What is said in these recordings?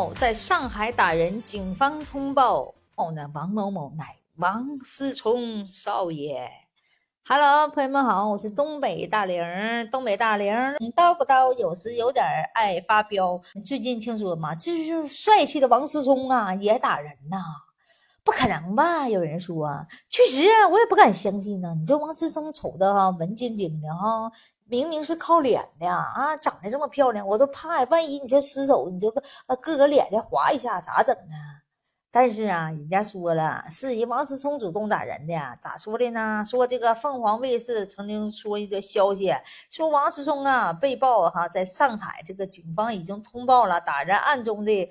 某在上海打人，警方通报王某某乃王思聪少爷。Hello， 朋友们好，我是东北大玲。东北大玲叨不叨，有时有点爱发飙。最近听说嘛，这就是帅气的王思聪啊，也打人呐。不可能吧？有人说，确实我也不敢相信呢。你这王思聪瞅的文晶晶的哈，明明是靠脸的啊，长得这么漂亮，我都怕呀。万一你这失手，你就个脸再划一下，咋整呢？但是啊，人家说了，是人王思聪主动打人的，咋说的呢？说这个凤凰卫视曾经说一个消息，说王思聪啊被曝在上海，这个警方已经通报了打人案中的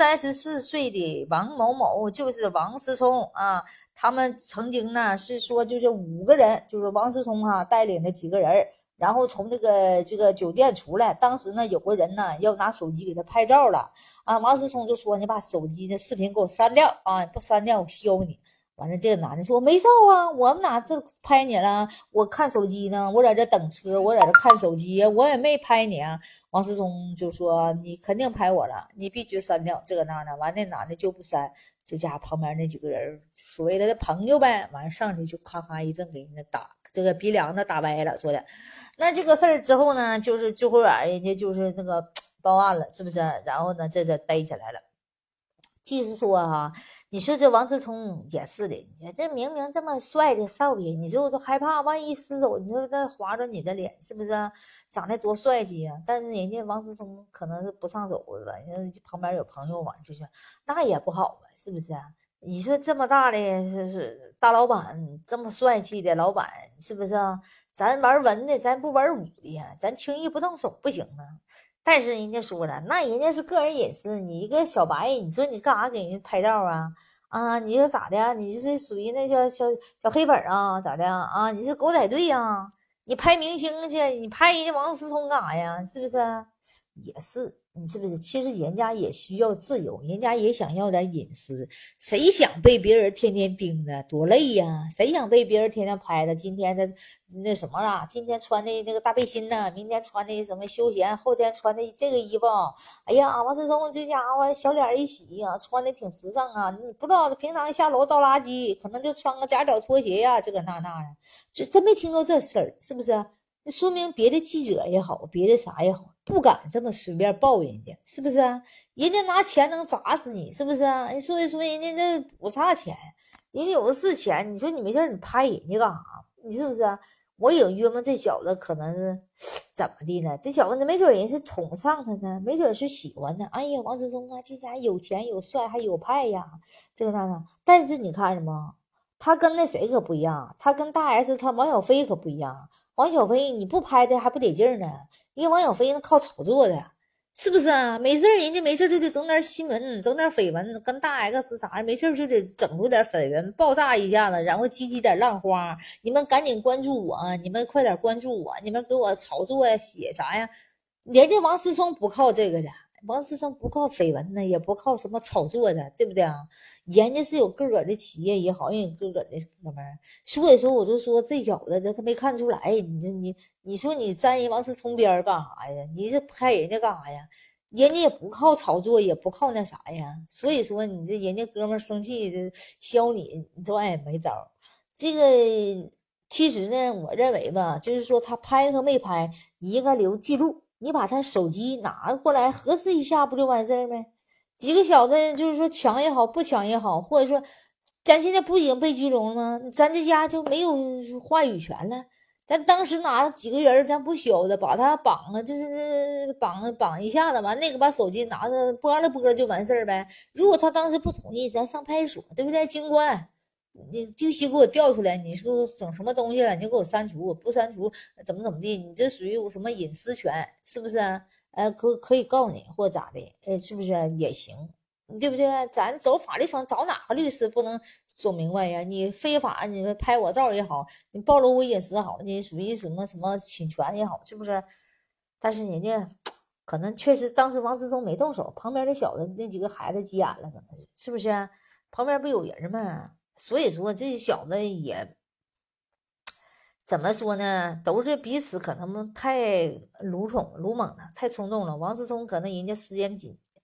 34岁的王某某，就是王思聪啊。他们曾经呢是说就是5个人，就是王思聪带领的几个人。然后从这个酒店出来，当时呢有个人呢要拿手机给他拍照了啊，王思聪就说你把手机的视频给我删掉啊，不删掉我削你。完了这个男的说没照啊，我们哪这拍你了？我看手机呢，我在这等车，我在这看手机，我也没拍你啊。王思聪就说你肯定拍我了，你必须删掉这个那的。完那男的就不删，这家旁边那几个人所谓的朋友呗，完了上去就咔咔一顿给人家打，这个鼻梁子打歪了，说的。那这个事儿之后呢，就是最后人家就是那个报案了，是不是？然后呢，这逮起来了。就是说你说这王思聪也是的，你说这明明这么帅的少爷，你说都害怕万一失手，你说这划着你的脸，是不是长得多帅气啊？但是人家王思聪可能是不上手了吧，人家旁边有朋友嘛，就是那也不好啊，是不是？你说这么大的是大老板，这么帅气的老板，是不是咱玩文的，咱不玩武的呀，咱轻易不动手不行啊。但是人家说了，那人家是个人隐私，你一个小白，你说你干啥给人家拍照啊？啊，你说咋的？你是属于那小黑粉啊？咋的啊？你是狗仔队呀？你拍明星去，你拍人家王思聪干啥呀？是不是？也是，你是不是？其实人家也需要自由，人家也想要点隐私。谁想被别人天天盯着，多累呀！谁想被别人天天拍着？今天的那什么了？今天穿的那个大背心呢？明天穿的什么休闲？后天穿的这个衣服？哎呀，王思聪这家伙小脸一洗呀，穿的挺时尚啊！你不知道，平常下楼倒垃圾，可能就穿个夹脚拖鞋呀，这个那的，就真没听到这事儿，是不是？那说明别的记者也好，别的啥也好，不敢这么随便报人家，是不是啊？人家拿钱能砸死你，是不是啊？你说一说，人家这不差钱，人家有的是钱。你说你没事你拍人家干啥？你是不是啊？我有约摸这小子可能是怎么的呢？这小子没准人是宠上他呢，没准是喜欢他。哎呀，王思聪啊，这家有钱有帅还有派呀，这个那的。但是你看什么？他跟那谁可不一样，他跟大 S 他王小飞可不一样。王小飞你不拍的还不得劲儿呢，因为王小飞那靠炒作的，是不是啊？没事人家没事就得整点新闻，整点绯闻，跟大 X 啥的，没事就得整出点绯闻，爆炸一下子，然后激起点浪花。你们赶紧关注我，你们快点关注我，你们给我炒作呀，写啥呀？人家王思聪不靠这个的。王思聪不靠绯闻呢，也不靠什么炒作的，对不对啊？人家是有个个的企业也好，人有个个的哥们儿。所以说，我就说这小子他没看出来，你说你沾人王思聪边干啥呀？你是拍人家干啥呀？人家也不靠炒作，也不靠那啥呀。所以说，你这人家哥们儿生气的削你，你这玩意也没招。这个其实呢，我认为吧，就是说他拍和没拍，你应该留记录。你把他手机拿过来核实一下，不就完事儿呗？几个小子就是说抢也好，不抢也好，或者说咱现在不已经被拘留了吗？咱这家就没有话语权了。咱当时拿几个人，咱不小的把他绑了，就是绑一下子，完那个把手机拿着拨了拨就完事儿呗。如果他当时不同意，咱上派出所，对不对？警官，你必须给我调出来，你说整什么东西了，你就给我删除，不删除怎么地？你这属于有什么隐私权，是不是啊？可以告你或咋的？是不是也行？对不对？咱走法律程，找哪个律师不能说明白呀？你非法你拍我照也好，你暴露我隐私好，你属于什么侵权也好，是不是？但是人家可能确实当时王思聪没动手，旁边那小子那几个孩子急眼了，可能是不是啊？旁边不有人吗？所以说这小子也怎么说呢？都是彼此可能太鲁莽了，太冲动了。王思聪可能人家时间紧，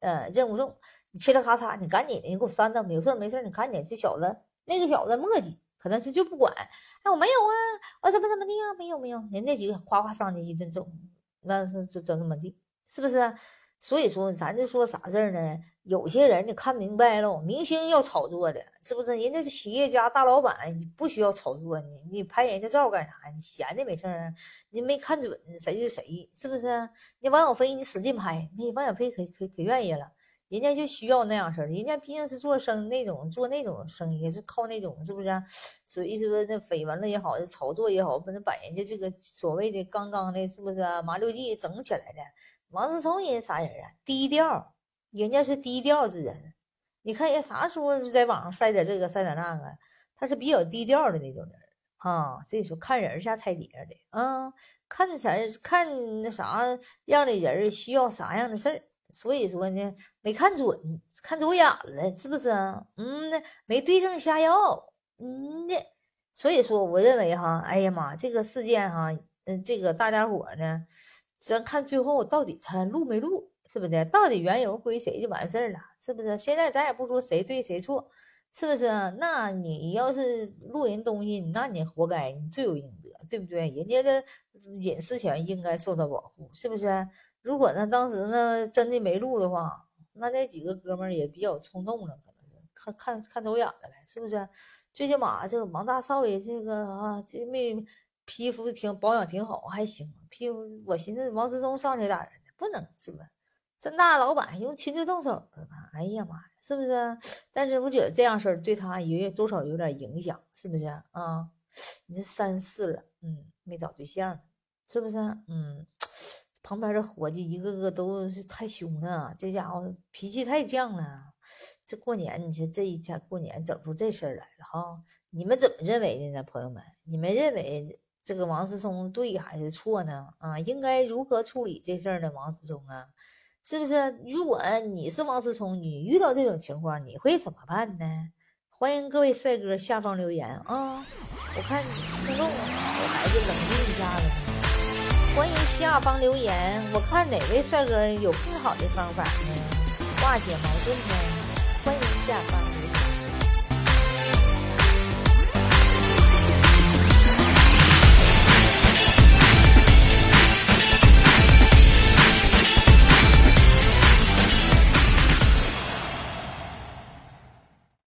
任务重，你嘁哩咔嚓，你赶紧的，你给我删了，有事没事你赶紧，这小子那个小子磨叽，可能是就不管，哎，我没有啊，我怎么的呀，没有，人那几个夸夸上去一顿揍，那是就怎么地，是不是？所以说咱就说啥事儿呢？有些人你看明白了，明星要炒作的，是不是？人家是企业家大老板，你不需要炒作，你拍人家照干啥？你闲的没事儿，你没看准谁是谁，是不是？你王小飞你使劲拍，王小飞可愿意了，人家就需要那样式儿，人家毕竟是做那种生意，是靠那种是不是？所以说那绯闻了也好，炒作也好，不能把人家这个所谓的刚刚的，是不是麻六记整起来的？王思聪人家啥人啊？低调。人家是低调之人，你看人啥时候在网上晒点这个晒点那个，他是比较低调的那种人啊。所以说看人下菜碟的啊，看那啥样的人需要啥样的事儿。所以说呢，没看准，看走眼了，是不是？没对症下药，所以说我认为哈，哎呀妈，这个事件哈，这个大家伙呢，咱看最后到底他录没录。是不是？到底缘由归谁就完事儿了？是不是？现在咱也不说谁对谁错，是不是？那你要是录人东西，那你活该，你罪有应得，对不对？人家的隐私权应该受到保护，是不是？如果呢当时呢真的没录的话，那几个哥们儿也比较冲动了，可能是看走眼了呗，是不是？最起码这个王大少爷这个啊，这皮肤保养挺好，还行。皮肤我寻思王思聪上去打人不能是不是？这大老板用亲自动手了吧？哎呀妈呀，是不是？但是我觉得这样事儿对他也多少有点影响，是不是啊？你这34了，没找对象，是不是？旁边的伙计一个个都是太凶了，这家伙脾气太犟了。这过年，你说这一天过年整出这事儿来了哈？你们怎么认为的呢，朋友们？你们认为这个王思聪对还是错呢？啊，应该如何处理这事儿呢？王思聪啊？是不是？如果你是王思聪，你遇到这种情况，你会怎么办呢？欢迎各位帅哥下方留言啊！我看你冲动了，我还是冷静一下子呢。欢迎下方留言，我看哪位帅哥有更好的方法呢？化解矛盾呢？欢迎下方留言。